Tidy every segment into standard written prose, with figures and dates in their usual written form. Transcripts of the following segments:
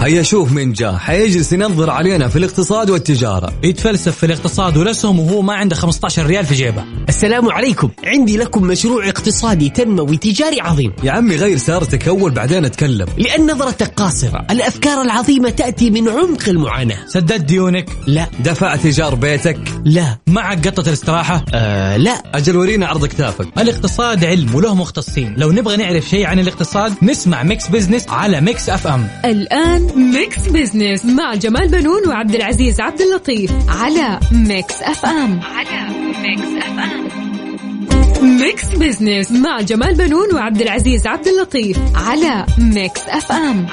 هيا شوف من جاء حيجلس ينظر علينا في الاقتصاد والتجارة، يتفلسف في الاقتصاد ولسهم وهو ما عنده 15 ريال في جيبه. السلام عليكم، عندي لكم مشروع اقتصادي تنموي تجاري عظيم. يا عمي غير سيارتك أول بعدين أتكلم. لأن نظرتك قاصرة، الأفكار العظيمة تأتي من عمق المعاناة. سددت ديونك؟ لا. دفعت إيجار بيتك؟ لا. معك قطة الاستراحة؟ لا. أجل ورينا عرض كتافك. الاقتصاد علم وله مختصين، لو نبغى نعرف شيء عن الاقتصاد نسمع ميكس بزنس على ميكس اف ام. الآن ميكس بزنس مع جمال بنون وعبد العزيز عبد اللطيف على ميكس اف ام. ميكس بزنس مع جمال بنون وعبد العزيز عبد اللطيف على ميكس اف ام.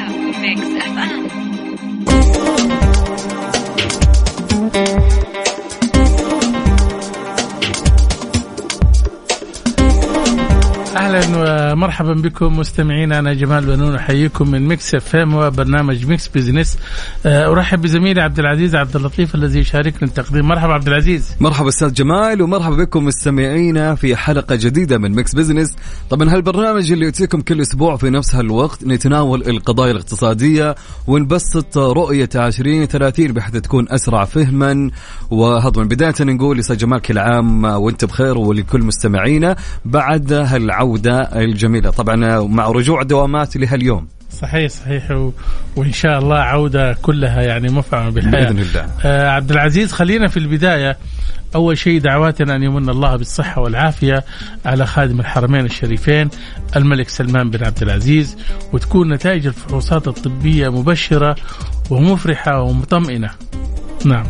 أهلا ومرحبا بكم مستمعينا، أنا جمال بنون أحييكم من ميكس اف ام وبرنامج ميكس بزنس. أرحب بزميلي عبد العزيز عبد اللطيف الذي يشاركنا التقديم. مرحبا عبد العزيز. مرحبا أستاذ جمال، ومرحبا بكم مستمعينا في حلقة جديدة من ميكس بزنس. طبعا هالبرنامج اللي يأتيكم كل أسبوع في نفس هالوقت نتناول القضايا الاقتصادية ونبسط رؤية 2030 بحيث تكون أسرع فهما وهضما. بداية نقول أستاذ جمال كل عام وأنت بخير، ولكل مستمعينا بعد هالعودة الجميلة طبعا مع رجوع دوامات لهاليوم. صحيح وإن شاء الله عودة كلها يعني مفعمة بالحياة بإذن الله. عبد العزيز، خلينا في البداية أول شيء دعواتنا أن يمن الله بالصحة والعافية على خادم الحرمين الشريفين الملك سلمان بن عبد العزيز، وتكون نتائج الفحوصات الطبية مبشرة ومفرحة ومطمئنة. نعم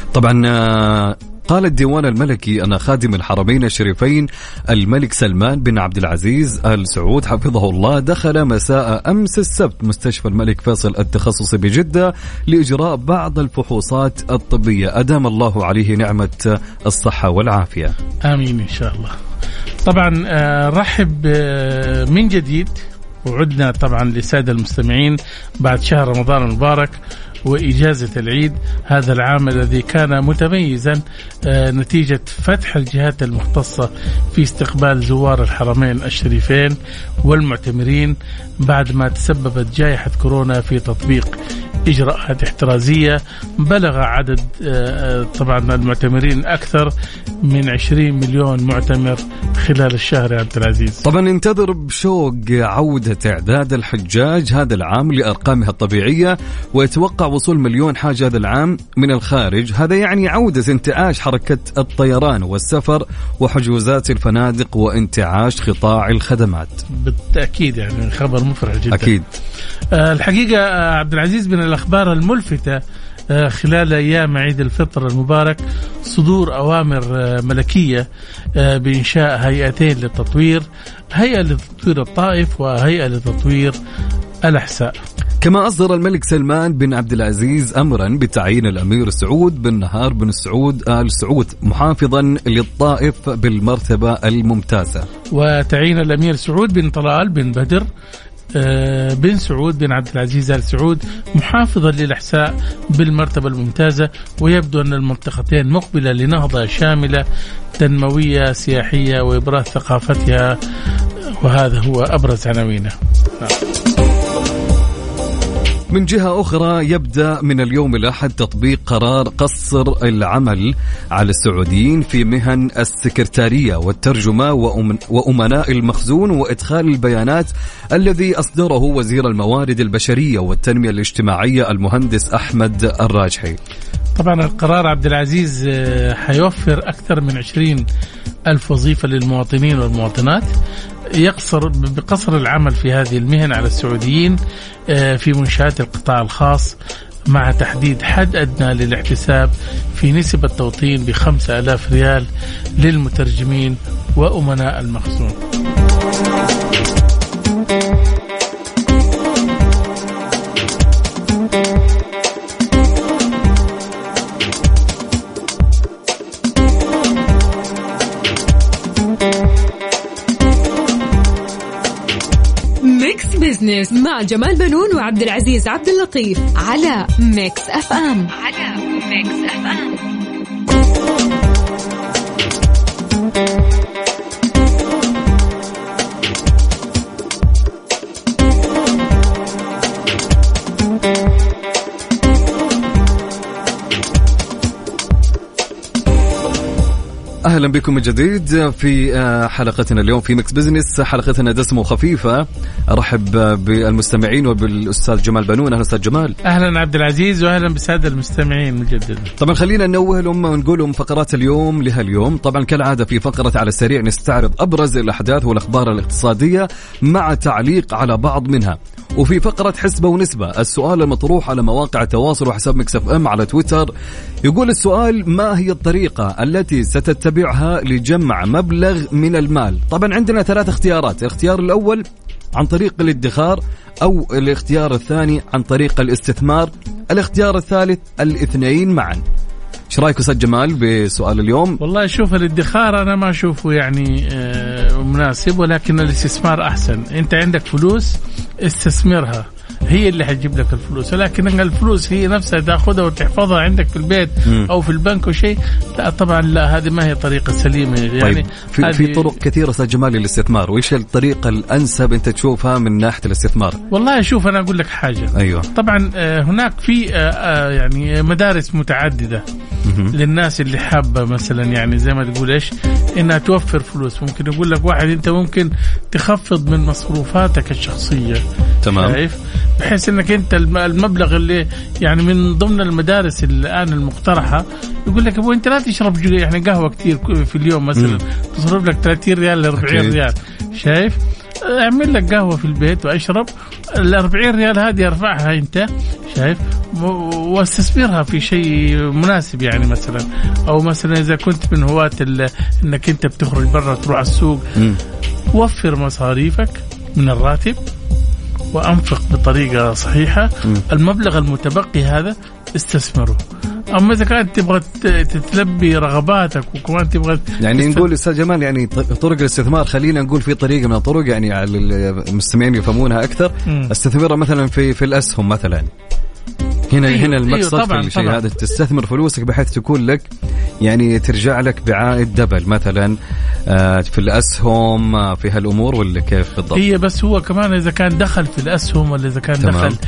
طبعا قال الديوان الملكي أن خادم الحرمين الشريفين الملك سلمان بن عبد العزيز آل سعود حفظه الله دخل مساء أمس السبت مستشفى الملك فيصل التخصصي بجدة لإجراء بعض الفحوصات الطبية، أدام الله عليه نعمة الصحة والعافية. آمين إن شاء الله. طبعا رحب من جديد وعدنا طبعا لسادة المستمعين بعد شهر رمضان المبارك وإجازة العيد هذا العام الذي كان متميزا نتيجة فتح الجهات المختصة في استقبال زوار الحرمين الشريفين والمعتمرين بعد ما تسببت جائحة كورونا في تطبيق إجراءات احترازية. بلغ عدد طبعا المعتمرين أكثر من 20 مليون معتمر خلال الشهر. عبد العزيز طبعا انتظر بشوق عودة إعداد الحجاج هذا العام لأرقامها الطبيعية، ويتوقع وصول 1,000,000 حاج هذا العام من الخارج. هذا يعني عودة انتعاش حركة الطيران والسفر وحجوزات الفنادق وانتعاش قطاع الخدمات. بالتأكيد يعني خبر مفرح جدا. أكيد. الحقيقة عبد العزيز من الأخبار الملفتة خلال أيام عيد الفطر المبارك صدور أوامر ملكية بإنشاء هيئتين للتطوير، هيئة لتطوير الطائف وهيئة لتطوير الأحساء. كما أصدر الملك سلمان بن عبد العزيز أمرا بتعيين الأمير سعود بن نهار بن سعود آل سعود محافظا للطائف بالمرتبة الممتازة، وتعيين الأمير سعود بن طلال بن بدر بن سعود بن عبد العزيز آل سعود محافظا للأحساء بالمرتبة الممتازة. ويبدو أن المنطقتين مقبلة لنهضة شاملة تنموية سياحية وإبراز ثقافتها، وهذا هو أبرز عناوينه. من جهة أخرى يبدأ من اليوم الأحد تطبيق قرار قصر العمل على السعوديين في مهن السكرتارية والترجمة وأمناء المخزون وإدخال البيانات الذي أصدره وزير الموارد البشرية والتنمية الاجتماعية المهندس أحمد الراجحي. طبعا القرار عبد العزيز حيوفر أكثر من 20,000 وظيفة للمواطنين والمواطنات، يقصر بقصر العمل في هذه المهن على السعوديين في منشآت القطاع الخاص، مع تحديد حد أدنى للاحتساب في نسبة توطين ب5,000 ريال للمترجمين وأمناء المخزون. ميكس بزنس مع جمال بنون وعبد العزيز عبد اللطيف على ميكس اف ام. أهلا بكم من جديد في حلقتنا اليوم في ميكس بزنس. حلقتنا دسمة وخفيفة. أرحب بالمستمعين وبالأستاذ جمال بنون. أهلا أستاذ جمال. أهلا عبد العزيز وأهلا بالسادة المستمعين مجددا. طبعا خلينا ننوه لهم ونقول لهم فقرات اليوم لها اليوم. طبعا كالعادة في فقرة على السريع نستعرض أبرز الأحداث والأخبار الاقتصادية مع تعليق على بعض منها. وفي فقرة حسبة ونسبة السؤال المطروح على مواقع التواصل وحساب ميكس اف ام على تويتر. يقول السؤال: ما هي الطريقة التي ستتبعها لجمع مبلغ من المال؟ طبعا عندنا 3 اختيارات. الاختيار الأول عن طريق الادخار، أو الاختيار الثاني عن طريق الاستثمار، الاختيار الثالث الاثنين معا. ايش رايك استاذ جمال بسؤال اليوم؟ والله شوف، الادخار انا ما اشوفه يعني مناسب، ولكن الاستثمار احسن. انت عندك فلوس استثمرها، هي اللي حتجيب لك الفلوس، ولكن الفلوس هي نفسها تاخذها وتحفظها عندك في البيت او في البنك وشيء، لا طبعا لا، هذه ما هي طريقه سليمه يعني. طيب في طرق كثيره استاذ جمال للاستثمار، وايش الطريقه الانسب انت تشوفها من ناحيه الاستثمار؟ والله شوف، انا اقول لك حاجه. ايوه طبعا هناك في يعني مدارس متعدده للناس اللي حابه مثلا يعني زي ما تقول ايش، انها توفر فلوس. ممكن يقول لك واحد انت ممكن تخفض من مصروفاتك الشخصيه، تمام، شايف، بحيث انك انت المبلغ اللي يعني من ضمن المدارس الان المقترحه يقول لك ابو انت لا تشرب يعني قهوه كتير في اليوم مثلا، تصرف لك 30 ريال ل 40 ريال، شايف، اعمل لك قهوه في البيت واشرب ال 40 ريال هذه ارفعها انت، شايف، واستثمرها في شيء مناسب يعني مثلا. او مثلا اذا كنت من هواة انك انت بتخرج برا تروح السوق، وفر مصاريفك من الراتب وأنفق بطريقة صحيحة. المبلغ المتبقي هذا استثمره. أما إذا كانت تبغى تتلبي رغباتك وكمان تبغى يعني نقول أستاذ جمال يعني طرق الاستثمار، خلينا نقول في طريقة من الطرق يعني على المستمعين يفهمونها أكثر. استثمرها مثلا في الأسهم مثلا. هنا المقصد في الشيء هذا، تستثمر فلوسك بحيث تكون لك يعني ترجع لك بعائد دبل مثلا في الأسهم، في هالأمور، ولا كيف بالضبط؟ هي بس هو كمان إذا كان دخل في الأسهم، ولا إذا كان تمام. دخل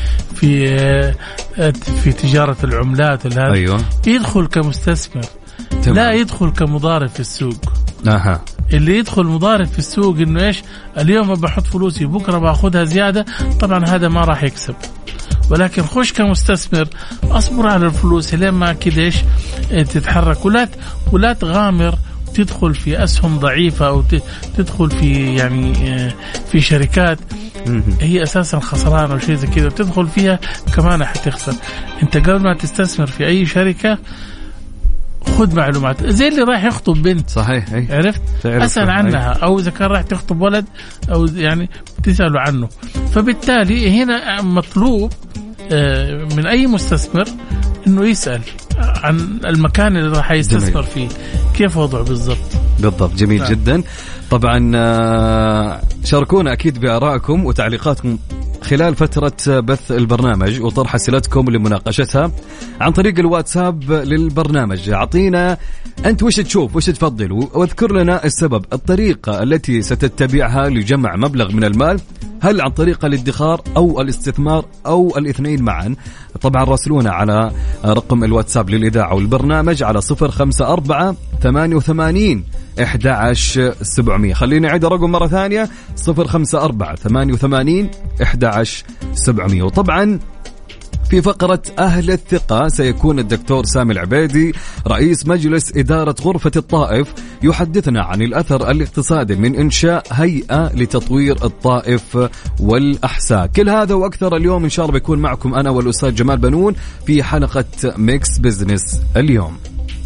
في تجارة العملات هذا، أيوة. يدخل كمستثمر، تمام. لا يدخل كمضارب في السوق. اللي يدخل مضارب في السوق إنه إيش، اليوم بحط فلوسي بكرة بأخذها زيادة، طبعا هذا ما راح يكسب. ولكن خش كمستثمر، أصبر على الفلوس لين ما كده إيش تتحرك، ولا تغامر تدخل في أسهم ضعيفة أو تدخل في يعني في شركات هي أساسا خسران أو شيء زي كده وتدخل فيها كمان حتخسر. أنت قبل ما تستثمر في أي شركة خذ معلومات، زي اللي راح يخطب بنت، صحيح، عرفت، أسأل عنها، أو إذا كان راح تخطب ولد أو يعني تسأله عنه. فبالتالي هنا مطلوب من أي مستثمر إنه يسأل عن المكان اللي راح يستثمر فيه، كيف وضعه بالضبط. جميل جدا. طبعا شاركونا أكيد بآرائكم وتعليقاتكم خلال فترة بث البرنامج وطرح أسئلتكم لمناقشتها عن طريق الواتساب للبرنامج. أعطينا أنت وش تشوف، وش تفضل، واذكر لنا السبب، الطريقة التي ستتبعها لجمع مبلغ من المال، هل عن طريق الادخار أو الاستثمار أو الاثنين معا. طبعا راسلونا على رقم الواتساب للإذاعة والبرنامج على 054-88-11700. خليني أعيد الرقم مرة ثانية، 054-88-11700. وطبعا في فقرة أهل الثقة سيكون الدكتور سامي العبيدي رئيس مجلس إدارة غرفة الطائف يحدثنا عن الأثر الاقتصادي من إنشاء هيئة لتطوير الطائف والأحساء. كل هذا وأكثر اليوم إن شاء الله بيكون معكم أنا والأستاذ جمال بنون في حلقة ميكس بزنس اليوم.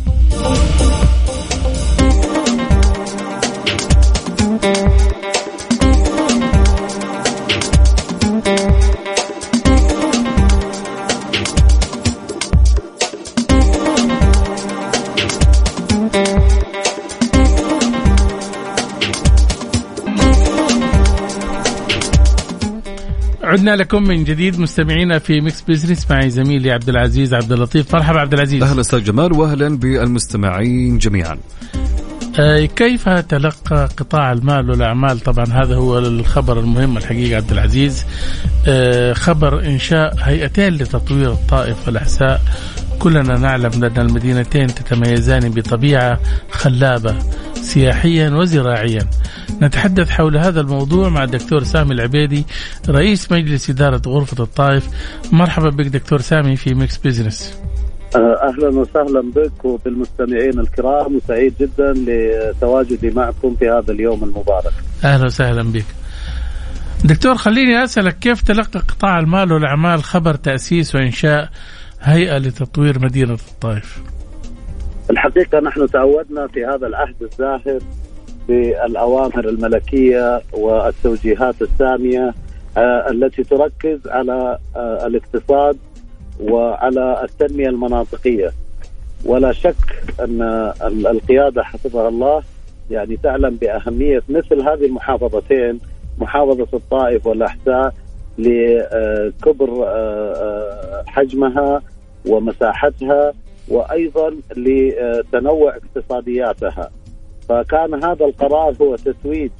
عدنا لكم من جديد مستمعينا في ميكس بيزنس مع زميلي عبد العزيز عبد اللطيف. مرحبا عبد العزيز. أهلا أستاذ جمال وأهلا بالمستمعين جميعا. كيف تلقى قطاع المال والأعمال؟ طبعا هذا هو الخبر المهم الحقيقة عبد العزيز. خبر إنشاء هيئتين لتطوير الطائف والأحساء كلنا نعلم أن المدينتين تتميزان بطبيعة خلابة سياحيا وزراعيا. نتحدث حول هذا الموضوع مع الدكتور سامي العبيدي رئيس مجلس إدارة غرفة الطائف. مرحبا بك دكتور سامي في ميكس بيزنس. أهلا وسهلا بك وبالمستمعين الكرام، وسعيد جدا لتواجدي معكم في هذا اليوم المبارك. أهلا وسهلا بك دكتور. خليني أسألك، كيف تلقى قطاع المال والأعمال خبر تأسيس وإنشاء هيئة لتطوير مدينة الطائف؟ الحقيقة نحن تعودنا في هذا العهد الزاهر بالأوامر الملكية والتوجيهات السامية التي تركز على الاقتصاد وعلى التنمية المناطقية. ولا شك أن القيادة حفظها الله يعني تعلم بأهمية مثل هذه المحافظتين، محافظة الطائف والأحساء، لكبر حجمها ومساحتها وأيضا لتنوع اقتصادياتها. فكان هذا القرار هو تتويج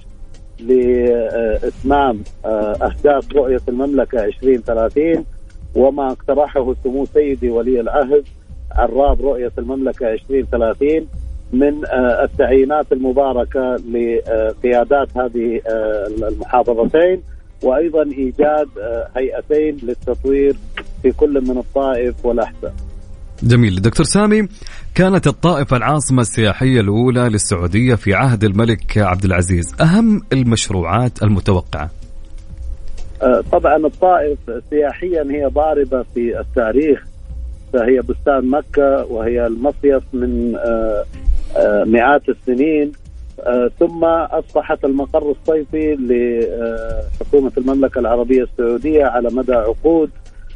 لإتمام أهداف رؤية المملكة 2030 وما اقترحه سمو سيدي ولي العهد عراب رؤية المملكة 2030 من التعيينات المباركة لقيادات هذه المحافظتين، وأيضا إيجاد هيئتين للتطوير في كل من الطائف والأحساء. جميل. دكتور سامي، كانت الطائف العاصمة السياحية الأولى للسعودية في عهد الملك عبد العزيز. أهم المشروعات المتوقعة؟ طبعا الطائف سياحيا هي ضاربة في التاريخ، فهي بستان مكة وهي المصيف من مئات السنين، ثم أصبحت المقر الصيفي لحكومة المملكة العربية السعودية على مدى عقود.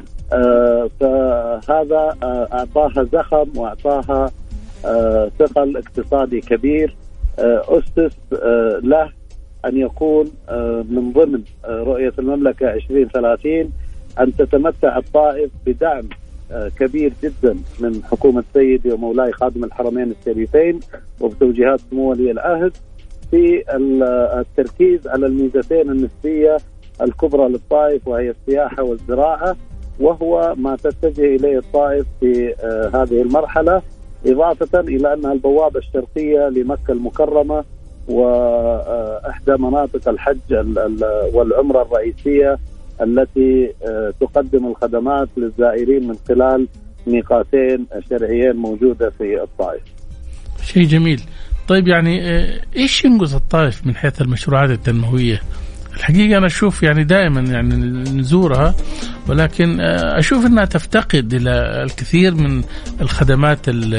فهذا أعطاها زخم وأعطاها ثقل اقتصادي كبير، أسس له أن يكون من ضمن رؤية المملكة 2030 أن تتمتع الطائف بدعم كبير جدا من حكومة سيدي ومولاي خادم الحرمين الشريفين وبتوجيهات سمو ولي العهد في التركيز على الميزتين النسبية الكبرى للطائف، وهي السياحة والزراعة، وهو ما تتجه إليه الطائف في هذه المرحلة، إضافة إلى أنها البوابة الشرقية لمكة المكرمة وإحدى مناطق الحج والعمرة الرئيسية التي تقدم الخدمات للزائرين من خلال ميقاتين شرعيين موجودة في الطائف. شيء جميل. طيب يعني إيش ينقص الطائف من حيث المشروعات التنموية؟ الحقيقة أنا أشوف يعني دائما يعني نزورها، ولكن أشوف أنها تفتقد إلى الكثير من الخدمات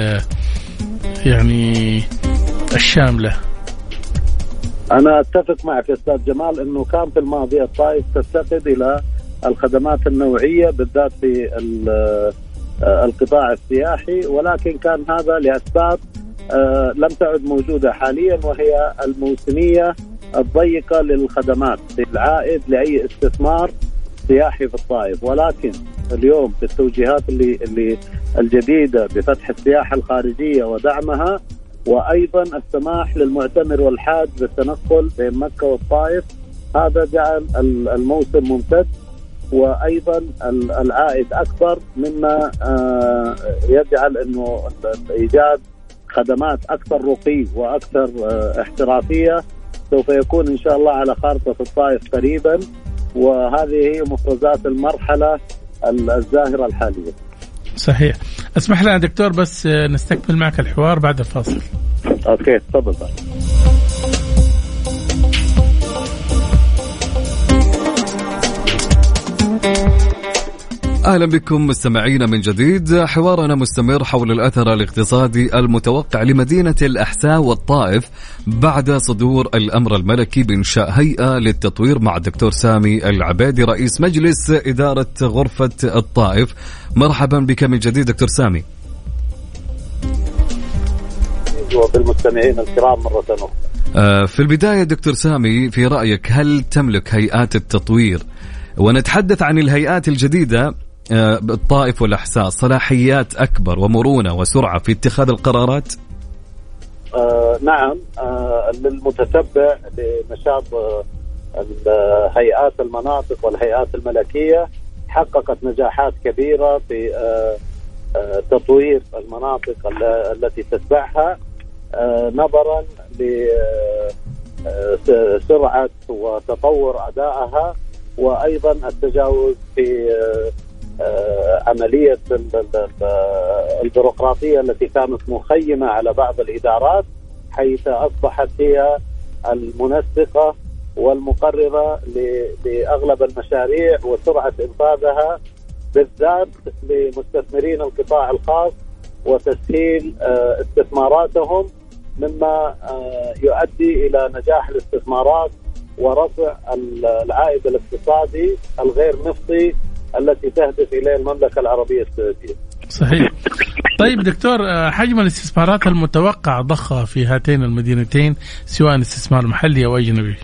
يعني الشاملة. أنا أتفق معك يا أستاذ جمال أنه كان في الماضي الطائف تفتقد إلى الخدمات النوعية بالذات في القطاع السياحي، ولكن كان هذا لأسباب لم تعد موجودة حاليا، وهي الموسمية الضيقة للخدمات العائد لأي استثمار سياحي في الطائف. ولكن اليوم بالتوجيهات اللي الجديدة بفتح السياحة الخارجية ودعمها، وأيضا السماح للمعتمر والحاج بالتنقل بين مكة والطائف، هذا جعل الموسم ممتد وأيضا العائد أكبر، مما يجعل أنه إيجاد خدمات أكثر رقي وأكثر احترافية سوف يكون إن شاء الله على خارطة الطائف قريبا، وهذه هي مفرزات المرحلة الزاهرة الحالية. صحيح. اسمح لنا دكتور بس نستكمل معك الحوار بعد الفاصل. أوكي تفضل. أهلا بكم مستمعينا من جديد. حوارنا مستمر حول الأثر الاقتصادي المتوقع لمدينة الأحساء والطائف بعد صدور الأمر الملكي بإنشاء هيئة للتطوير مع الدكتور سامي العبيدي رئيس مجلس إدارة غرفة الطائف. مرحبا بك من جديد دكتور سامي. وبالمستمعين الكرام مرة أخرى. في البداية دكتور سامي، في رأيك هل تملك هيئات التطوير، ونتحدث عن الهيئات الجديدة بالطائف والأحساء، صلاحيات أكبر ومرونة وسرعة في اتخاذ القرارات؟ نعم. للمتتبع لنشاط الهيئات المناطق والهيئات الملكية حققت نجاحات كبيرة في تطوير المناطق التي تتبعها نظرا لسرعة وتطور أدائها، وأيضا التجاوز في عملية البيروقراطية التي كانت مخيمة على بعض الإدارات، حيث أصبحت هي المنسقة والمقررة لأغلب المشاريع وسرعة إنفاذها، بالذات لمستثمرين القطاع الخاص وتسهيل استثماراتهم، مما يؤدي إلى نجاح الاستثمارات ورفع العائد الاقتصادي الغير نفطي التي تهدف إليه المملكة العربية السعودية. صحيح. طيب دكتور، حجم الاستثمارات المتوقع ضخها في هاتين المدينتين سواء استثمار محلي أو أجنبي؟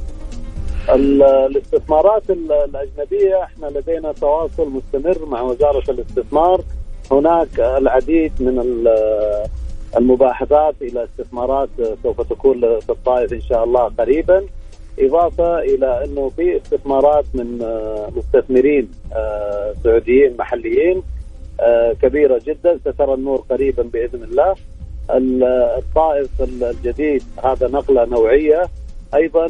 الاستثمارات الأجنبية احنا لدينا تواصل مستمر مع وزارة الاستثمار. هناك العديد من المباحثات إلى استثمارات سوف تكون في الطائف إن شاء الله قريبا، إضافة إلى أنه في استثمارات من مستثمرين سعوديين محليين كبيرة جدا سترى النور قريبا بإذن الله. الطائف الجديد هذا نقلة نوعية. أيضا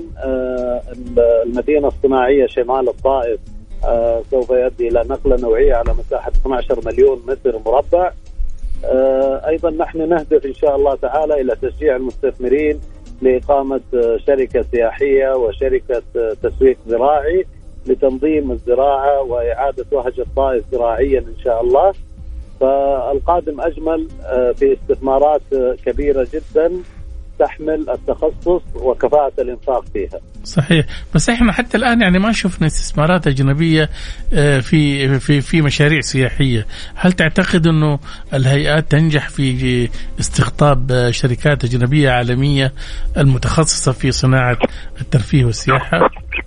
المدينة الصناعية شمال الطائف سوف يؤدي إلى نقلة نوعية على مساحة 12 مليون متر مربع. أيضا نحن نهدف إن شاء الله تعالى إلى تشجيع المستثمرين لإقامة شركة سياحية وشركة تسويق زراعي لتنظيم الزراعة وإعادة وهج الطائف زراعيا إن شاء الله. فالقادم أجمل في استثمارات كبيرة جدا تحمل التخصص وكفاءة الإنفاق فيها. صحيح. بس احنا حتى الآن يعني ما شفنا استثمارات أجنبية في مشاريع سياحية. هل تعتقد أنه الهيئات تنجح في استقطاب شركات أجنبية عالمية المتخصصة في صناعة الترفيه والسياحة؟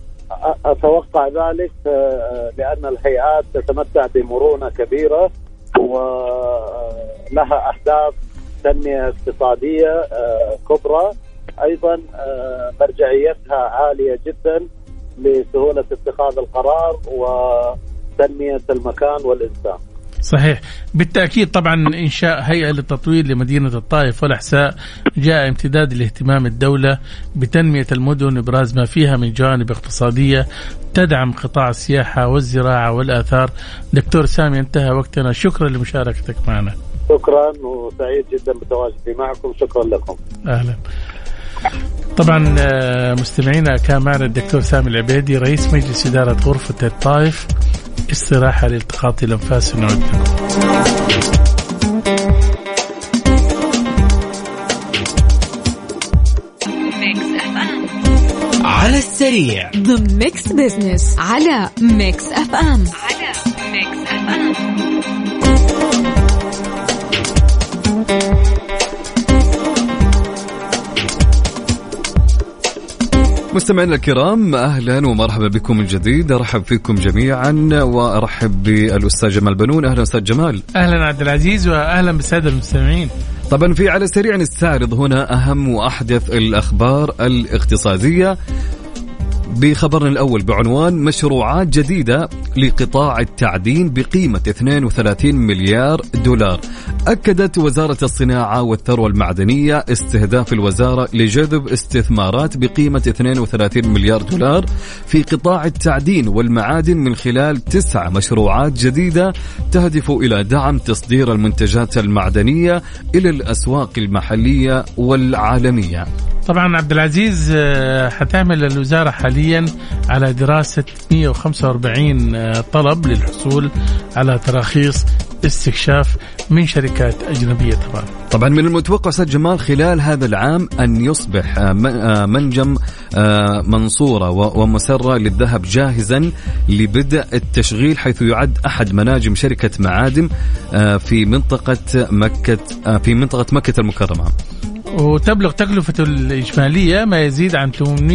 أتوقع ذلك، لأن الهيئات تتمتع بمرونة كبيرة ولها أهداف تنمية اقتصادية كبرى. أيضا مرجعيتها عالية جدا لسهولة اتخاذ القرار وتنمية المكان والإنسان. صحيح. بالتأكيد طبعا إنشاء هيئة للتطوير لمدينة الطائف والأحساء جاء امتداد لاهتمام الدولة بتنمية المدن وإبراز ما فيها من جوانب اقتصادية تدعم قطاع السياحة والزراعة والآثار. دكتور سامي، انتهى وقتنا. شكرا لمشاركتك معنا. شكرا وسعيد جدا بتواجدي معكم. شكرا لكم. أهلا. طبعا مستمعينا، كان معنا الدكتور سامي العبيدي رئيس مجلس إدارة غرفة الطائف. استراحة لالتقاط الأنفاس ونعود لكم. على السريع ضمن ميكس بيزنس على ميكس اف ام. مستمعينا الكرام، أهلا ومرحبا بكم من جديد. أرحب فيكم جميعا وأرحب بالأستاذ جمال بنون. أهلا أستاذ جمال. أهلا عبد العزيز، وأهلا بالسادة المستمعين. طبعا في على السريع نستعرض هنا أهم وأحدث الأخبار الاقتصادية بخبرنا الأول بعنوان مشروعات جديدة لقطاع التعدين بقيمة 32 مليار دولار. أكدت وزارة الصناعة والثروة المعدنية استهداف الوزارة لجذب استثمارات بقيمة 32 مليار دولار في قطاع التعدين والمعادن من خلال 9 مشروعات جديدة تهدف إلى دعم تصدير المنتجات المعدنية إلى الأسواق المحلية والعالمية. طبعا عبد العزيز، حتعمل الوزارة حاليا على دراسة 145 طلب للحصول على تراخيص استكشاف من شركات أجنبية. طبعا من المتوقع أستاذ جمال خلال هذا العام أن يصبح منجم منصورة ومسرة للذهب جاهزا لبدء التشغيل، حيث يعد أحد مناجم شركة معادن في منطقة مكة المكرمة. وتبلغ تكلفة الإجمالية ما يزيد عن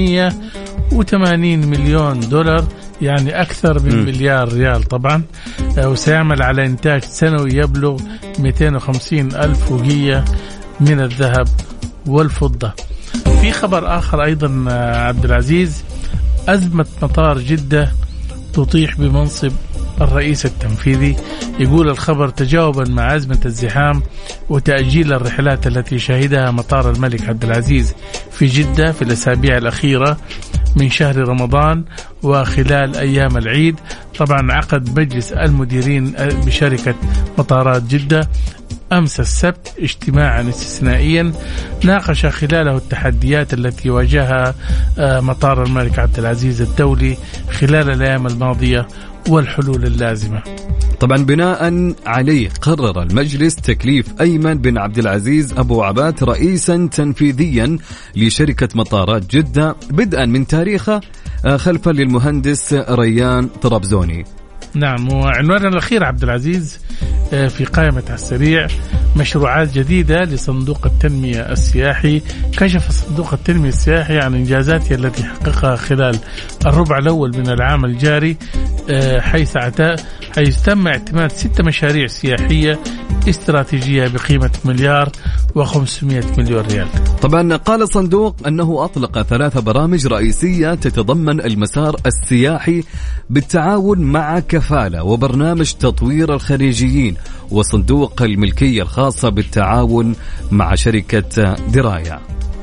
880 مليون دولار، يعني أكثر من مليار ريال طبعا. وسيعمل على إنتاج سنوي يبلغ 250 ألف وقية من الذهب والفضة. في خبر آخر أيضا عبد العزيز، أزمة مطار جدة تطيح بمنصب الرئيس التنفيذي. يقول الخبر تجاوبا مع أزمة الزحام وتأجيل الرحلات التي شهدها مطار الملك عبد العزيز في جدة في الأسابيع الأخيرة من شهر رمضان وخلال أيام العيد. طبعا عقد مجلس المديرين بشركة مطارات جدة أمس السبت اجتماعا استثنائيا ناقش خلاله التحديات التي واجهها مطار الملك عبد العزيز الدولي خلال الأيام الماضية والحلول اللازمة. طبعا بناء عليه قرر المجلس تكليف أيمن بن عبد العزيز أبو عبات رئيسا تنفيذيا لشركة مطارات جدة بدءا من تاريخه خلفا للمهندس ريان طرابزوني. نعم، وعنوان الأخير عبد العزيز في قائمة السريع مشروعات جديدة لصندوق التنمية السياحي. كشف صندوق التنمية السياحي عن إنجازاته التي حققها خلال الربع الأول من العام الجاري، حيث تم اعتماد 6 مشاريع سياحية استراتيجية بقيمة 1,500,000,000 ريال. طبعا قال الصندوق أنه أطلق 3 برامج رئيسية تتضمن المسار السياحي بالتعاون مع كفالة، وبرنامج تطوير الخريجيين، وصندوق الملكية الخاصة بالتعاون مع شركة دراية.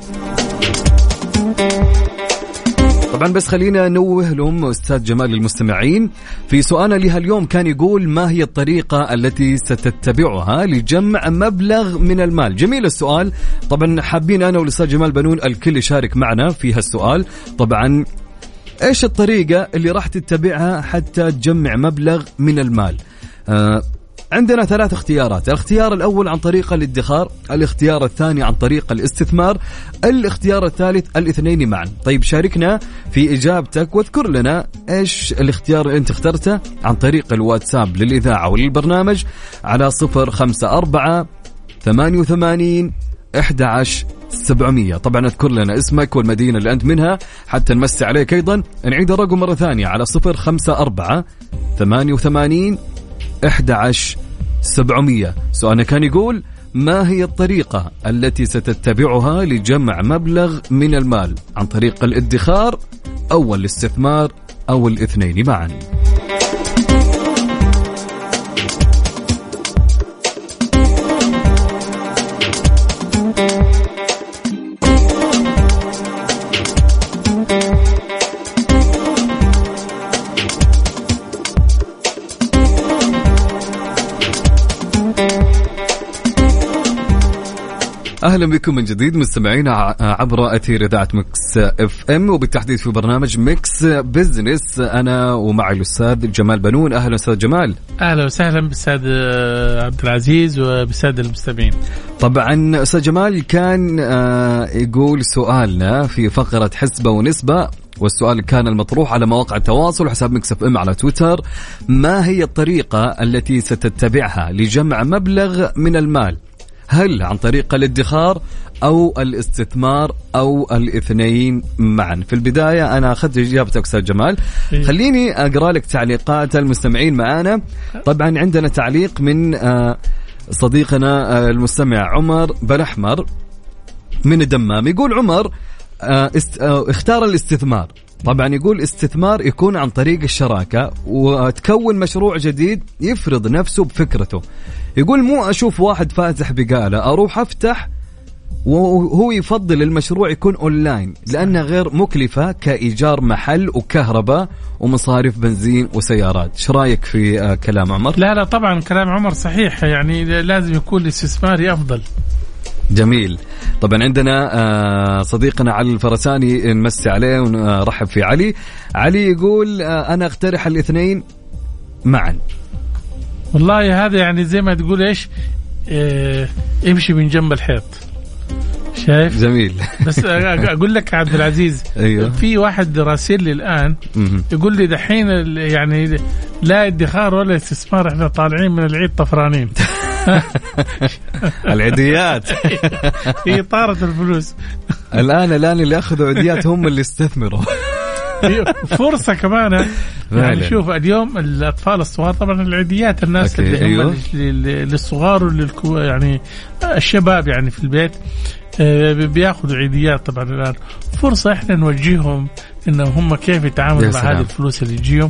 طبعا بس خلينا نوه لهم أستاذ جمال المستمعين في سؤالنا لها اليوم، كان يقول ما هي الطريقة التي ستتبعها لجمع مبلغ من المال؟ جميل السؤال. طبعا حابين أنا والأستاذ جمال بنون الكل يشارك معنا في هالسؤال. طبعا إيش الطريقة اللي راح تتبعها حتى تجمع مبلغ من المال؟ عندنا 3 اختيارات. الاختيار الأول عن طريق الادخار، الاختيار الثاني عن طريق الاستثمار، الاختيار الثالث الاثنين معا. طيب شاركنا في إجابتك واذكر لنا إيش الاختيار اللي أنت اخترته عن طريق الواتساب للإذاعة وللبرنامج على 054-88-11-700. طبعا اذكر لنا اسمك والمدينة اللي أنت منها حتى نمسي عليك. أيضا نعيد الرقم مرة ثانية على 054-88-11-700. سؤالنا كان يقول ما هي الطريقة التي ستتبعها لجمع مبلغ من المال؟ عن طريق الادخار أو الاستثمار أو الاثنين معا. أهلا بكم من جديد مستمعينا عبر أثير إذاعة مكس اف ام وبالتحديد في برنامج مكس بزنس. أنا ومعي الأستاذ جمال بنون. أهلا أستاذ جمال. أهلا وسهلا بالأستاذ عبد العزيز وبالسادة المستمعين. طبعا أستاذ جمال كان يقول سؤالنا في فقرة حسبة ونسبة، والسؤال كان المطروح على مواقع التواصل وحساب مكس اف ام على تويتر: ما هي الطريقة التي ستتبعها لجمع مبلغ من المال؟ هل عن طريق الادخار أو الاستثمار أو الاثنين معا؟ في البداية أنا أخذت إجابتك أستاذ جمال. خليني أقرأ لك تعليقات المستمعين معانا. طبعا عندنا تعليق من صديقنا المستمع عمر بلحمر من الدمام. يقول عمر اختار الاستثمار. طبعا يقول استثمار يكون عن طريق الشراكة وتكون مشروع جديد يفرض نفسه بفكرته. يقول مو أشوف واحد فاتح بقالة أروح أفتح، وهو يفضل المشروع يكون أونلاين لأنها غير مكلفة كإيجار محل وكهرباء ومصاريف بنزين وسيارات. ايش رايك في كلام عمر؟ لا طبعا كلام عمر صحيح، يعني لازم يكون الاستثماري أفضل. جميل. طبعا عندنا صديقنا علي الفرساني نمسي عليه ونرحب في علي. علي يقول أنا أقترح الاثنين معا. والله هذا يعني زي ما تقول إيش امشي من جنب الحيط. شايف؟ جميل. بس أقول لك عبد العزيز أيوه. في واحد راسل لي الآن يقول لي دحين يعني لا ادخار ولا استثمار، احنا طالعين من العيد طفرانين. العيديات هي طارت الفلوس. الآن اللي أخذوا عيديات هم اللي استثمروا. فرصة كمان يعني. شوف اليوم الأطفال الصغار طبعا العيديات الناس اللي هم أيوه. للصغار يعني الشباب يعني في البيت بياخذوا عيديات. طبعا الآن فرصة احنا نوجههم إنهم هم كيف يتعاملوا مع هذه الفلوس اللي تجيهم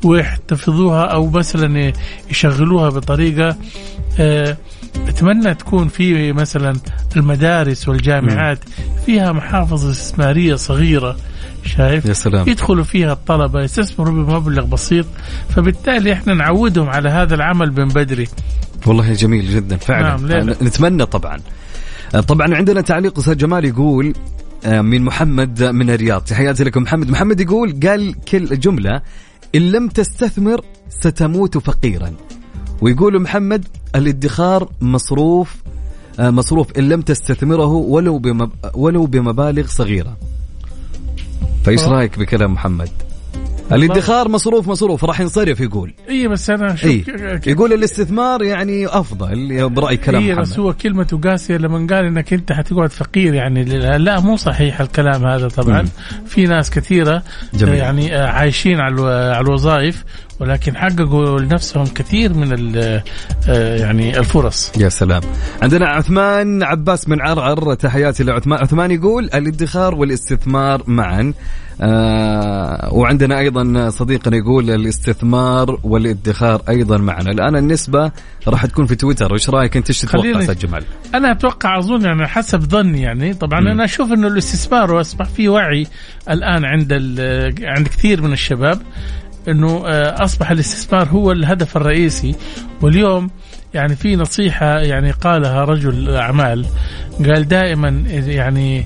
ويحتفظوها أو مثلا يشغلوها بطريقة. أتمنى تكون في مثلا المدارس والجامعات فيها محافظ استثمارية صغيرة، شايف؟ يا سلام. يدخلوا فيها الطلبة يستثمروا بمبلغ بسيط، فبالتالي احنا نعودهم على هذا العمل من بدري. والله جميل جدا فعلا. نعم. نتمنى طبعا. طبعا عندنا تعليق أستاذ جمال يقول من محمد من الرياض، تحياتي لكم محمد. محمد يقول قال كل جملة: إن لم تستثمر ستموت فقيرا. ويقول محمد: الادخار مصروف إن لم تستثمره ولو بمبالغ صغيرة. فإيش رأيك بكلام محمد؟ الادخار مصروف راح ينصرف. يقول بس أنا يقول الاستثمار يعني أفضل برأي كلام محمد. بس هو كلمته قاسية لما قال إنك أنت حتقعد فقير، يعني لا مو صحيح الكلام هذا طبعا. في ناس كثيرة يعني عايشين على الوظائف ولكن حققوا لنفسهم كثير من يعني الفرص. يا سلام. عندنا عثمان عباس من عرعر، تحياتي لعثمان. عثمان يقول الادخار والاستثمار معا. وعندنا أيضا صديقنا يقول الاستثمار والادخار أيضا معنا. الآن النسبة راح تكون في تويتر، وإيش رأيك أنت؟ إيش تتوقع أستاذ جمال؟ أنا أتوقع أظن يعني حسب ظني يعني طبعا أنا أشوف إنه الاستثمار وأصبح فيه وعي الآن عند كثير من الشباب إنه أصبح الاستثمار هو الهدف الرئيسي. واليوم يعني في نصيحة يعني قالها رجل أعمال، قال دائما يعني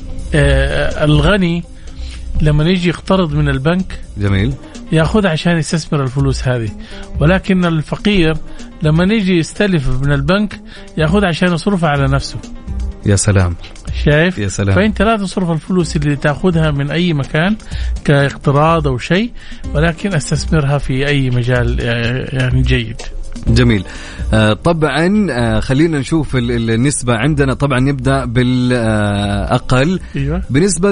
الغني لما يجي يقترض من البنك جميل ياخذها عشان يستثمر الفلوس هذه، ولكن الفقير لما يجي يستلف من البنك ياخذها عشان يصرفها على نفسه. يا سلام. شايف؟ يا سلام. فأنت لا تصرف الفلوس اللي تأخذها من أي مكان كاقتراض أو شيء، ولكن استثمرها في أي مجال يعني جيد. جميل. طبعا خلينا نشوف النسبة عندنا. طبعا نبدأ بالأقل. أيوة. بنسبة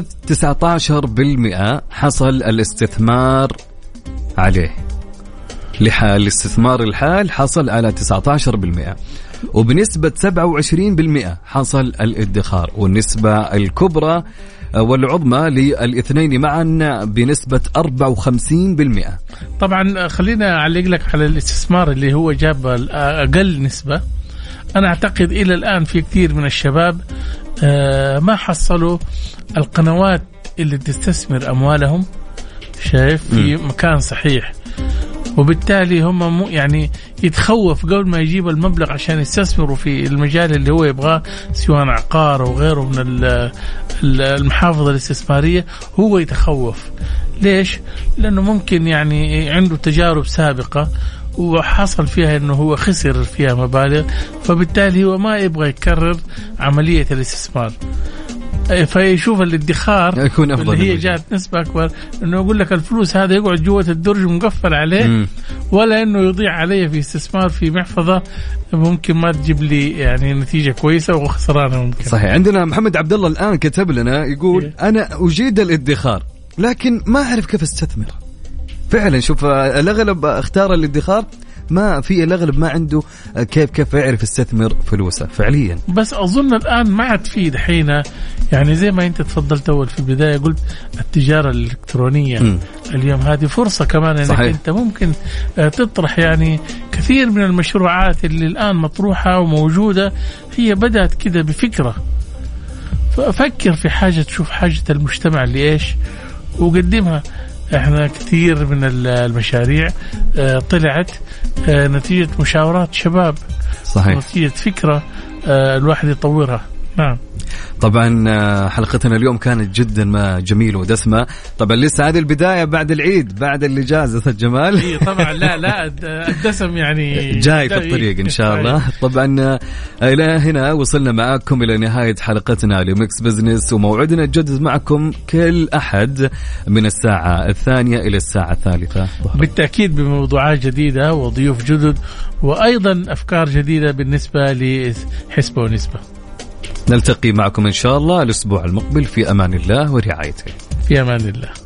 19% حصل الاستثمار عليه. الاستثمار الحال حصل على 19%، وبنسبة 27% حصل الادخار، والنسبة الكبرى والعظمى للاثنين معا بنسبة 54%. طبعا خلينا أعلق لك على الاستثمار اللي هو جاب أقل نسبة. أنا أعتقد إلى الآن في كثير من الشباب ما حصلوا القنوات اللي تستثمر أموالهم، شايف، في مكان صحيح، وبالتالي هم يعني يتخوف قبل ما يجيب المبلغ عشان يستثمروا في المجال اللي هو يبغاه، سواء عقار أو غيره من المحافظة الاستثمارية. هو يتخوف. ليش؟ لأنه ممكن يعني عنده تجارب سابقة وحصل فيها أنه هو خسر فيها مبالغ، فبالتالي هو ما يبغى يكرر عملية الاستثمار، فيشوف الادخار يكون أفضل اللي هي جاءت نسبة أكبر، إنه يقول لك الفلوس هذا يقعد جوة الدرج مقفل عليه، ولا إنه يضيع عليه في استثمار في محفظة ممكن ما تجيب لي يعني نتيجة كويسة وخسرانة ممكن. صحيح. عندنا محمد عبد الله الآن كتب لنا يقول أنا أجيد الادخار لكن ما أعرف كيف استثمر. فعلا شوف الأغلب اختار الادخار، ما في الأغلب ما عنده كيف يعرف يستثمر فلوسه فعليا. بس أظن الآن ما عاد في دحين يعني زي ما أنت تفضلت أول في البداية قلت التجارة الإلكترونية اليوم هذه فرصة كمان أنك أنت ممكن تطرح يعني كثير من المشروعات اللي الآن مطروحة وموجودة هي بدأت كده بفكرة. ففكر في حاجة، تشوف حاجة المجتمع اللي إيش وقدمها. احنا كثير من المشاريع طلعت نتيجة مشاورات شباب. صحيح. نتيجة فكرة الواحد يطورها. نعم. طبعا حلقتنا اليوم كانت جدا ما جميلة ودسمة. طبعا لسه هذه البداية بعد العيد، بعد الإجازة الجمال. إيه طبعا. لا الدسم يعني جاي في الطريق إن شاء الله. طبعا إلى هنا وصلنا معكم إلى نهاية حلقتنا لميكس بزنس، وموعدنا الجديد معكم كل أحد من الساعة 2 إلى الساعة 3 بالتأكيد بموضوعات جديدة وضيوف جدد، وأيضا أفكار جديدة بالنسبة لحسبة ونسبة. نلتقي معكم إن شاء الله الأسبوع المقبل في أمان الله ورعايته. في أمان الله.